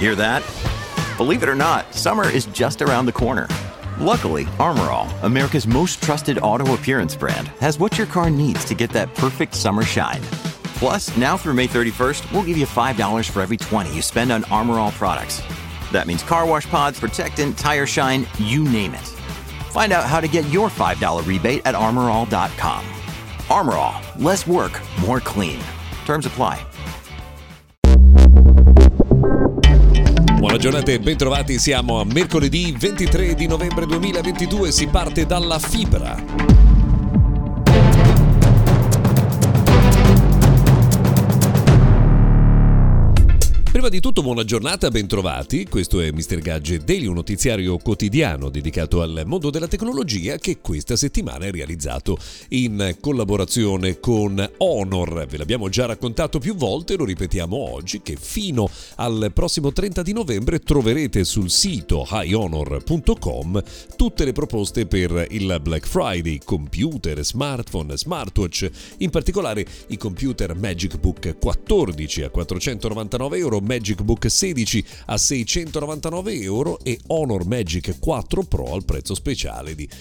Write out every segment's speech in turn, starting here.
Hear that? Believe it or not, summer is just around the corner. Luckily, Armor All, America's most trusted auto appearance brand, has what your car needs to get that perfect summer shine. Plus, now through May 31st, we'll give you $5 for every $20 you spend on Armor All products. That means car wash pods, protectant, tire shine, you name it. Find out how to get your $5 rebate at armorall.com. Armor All, less work, more clean. Terms apply. Buona giornata e bentrovati, siamo a mercoledì 23 di novembre 2022, si parte dalla fibra. Prima di tutto buona giornata, bentrovati, questo è Mr. Gadget Daily, un notiziario quotidiano dedicato al mondo della tecnologia che questa settimana è realizzato in collaborazione con Honor. Ve l'abbiamo già raccontato più volte, lo ripetiamo oggi, che fino al prossimo 30 di novembre troverete sul sito highhonor.com tutte le proposte per il Black Friday, computer, smartphone, smartwatch, in particolare i computer Magic Book 14 a €499, Magic Book 16 a €699 e Honor Magic 4 Pro al prezzo speciale di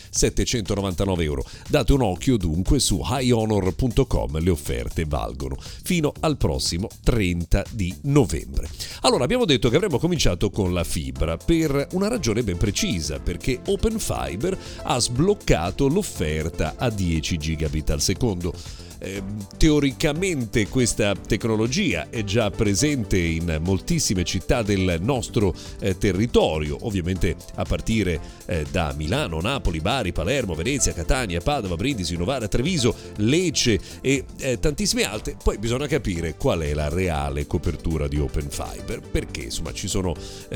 €799. Date un occhio dunque su highhonor.com, le offerte valgono fino al prossimo 30 di novembre. Allora, abbiamo detto che avremmo cominciato con la fibra per una ragione ben precisa, perché Open Fiber ha sbloccato l'offerta a 10 gigabit al secondo. Teoricamente questa tecnologia è già presente in moltissime città del nostro territorio, ovviamente a partire da Milano, Napoli, Bari, Palermo, Venezia, Catania, Padova, Brindisi, Novara, Treviso, Lecce e tantissime altre. Poi bisogna capire qual è la reale copertura di Open Fiber, perché insomma ci sono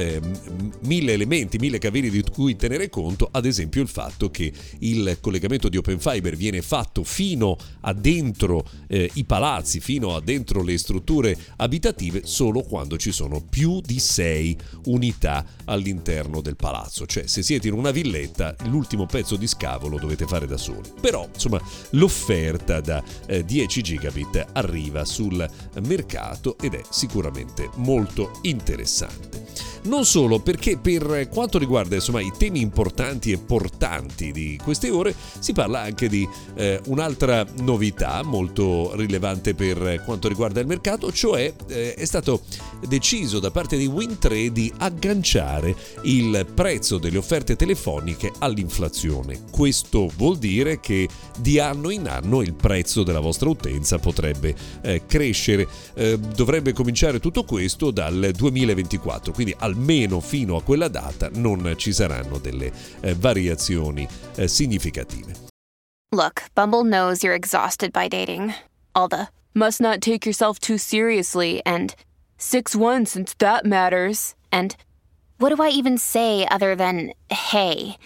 1000 elementi, 1000 cavilli di cui tenere conto, ad esempio il fatto che il collegamento di Open Fiber viene fatto fino a dentro i palazzi, fino a dentro le strutture abitative solo quando ci sono più di 6 unità all'interno del palazzo. Cioè, se siete in una villetta, l'ultimo pezzo di scavo lo dovete fare da soli. Però insomma l'offerta da 10 gigabit arriva sul mercato ed è sicuramente molto interessante. Non solo, perché per quanto riguarda insomma i temi importanti e portanti di queste ore, si parla anche di un'altra novità molto rilevante per quanto riguarda il mercato, cioè è stato deciso da parte di Wind3 di agganciare il prezzo delle offerte telefoniche all'inflazione. Questo vuol dire che di anno in anno il prezzo della vostra utenza potrebbe crescere. Dovrebbe cominciare tutto questo dal 2024, quindi almeno fino a quella data non ci saranno delle variazioni significative. Look, Bumble knows you're exhausted by dating. All the must not take yourself too seriously and 6'1" since that matters. And what do I even say other than hey?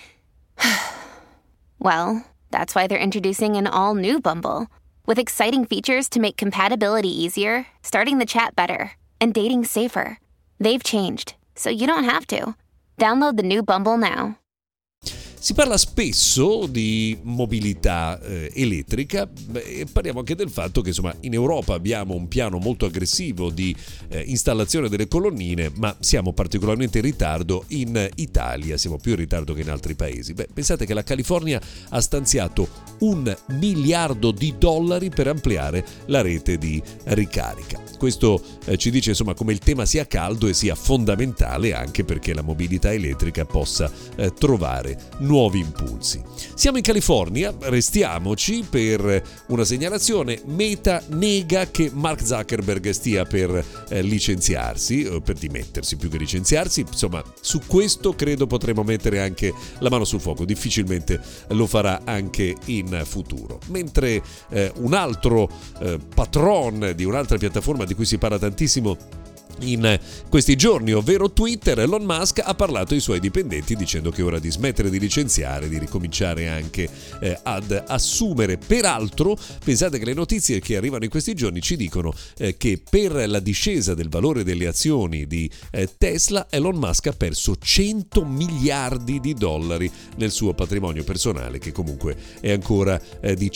Well, that's why they're introducing an all-new Bumble with exciting features to make compatibility easier, starting the chat better, and dating safer. They've changed, so you don't have to. Download the new Bumble now. Si parla spesso di mobilità elettrica e parliamo anche del fatto che insomma in Europa abbiamo un piano molto aggressivo di installazione delle colonnine, ma siamo particolarmente in ritardo in Italia, siamo più in ritardo che in altri paesi. Pensate che la California ha stanziato $1 miliardo per ampliare la rete di ricarica. Questo ci dice insomma come il tema sia caldo e sia fondamentale anche perché la mobilità elettrica possa trovare nuovi impulsi. Siamo in California, restiamoci per una segnalazione. Meta nega che Mark Zuckerberg stia per licenziarsi, per dimettersi più che licenziarsi. Insomma, su questo credo potremo mettere anche la mano sul fuoco, difficilmente lo farà anche in futuro. Mentre un altro patron di un'altra piattaforma di cui si parla tantissimo in questi giorni, ovvero Twitter, Elon Musk ha parlato ai suoi dipendenti dicendo che è ora di smettere di licenziare, di ricominciare anche ad assumere. Peraltro, pensate che le notizie che arrivano in questi giorni ci dicono che per la discesa del valore delle azioni di Tesla, Elon Musk ha perso $100 miliardi nel suo patrimonio personale, che comunque è ancora di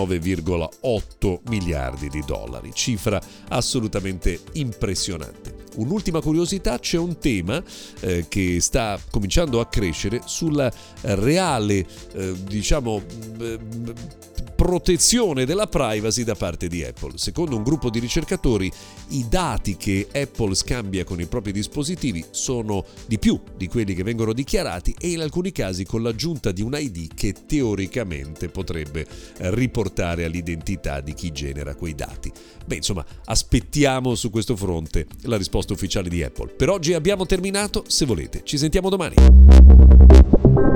$169,8 miliardi, cifra assolutamente impressionante. un'ultima curiosità: c'è un tema che sta cominciando a crescere sulla reale, protezione della privacy da parte di Apple. Secondo un gruppo di ricercatori, i dati che Apple scambia con i propri dispositivi sono di più di quelli che vengono dichiarati, e in alcuni casi con l'aggiunta di un ID che teoricamente potrebbe riportare all'identità di chi genera quei dati. Beh, insomma, aspettiamo su questo fronte la risposta ufficiale di Apple. Per oggi abbiamo terminato. Se volete, ci sentiamo domani.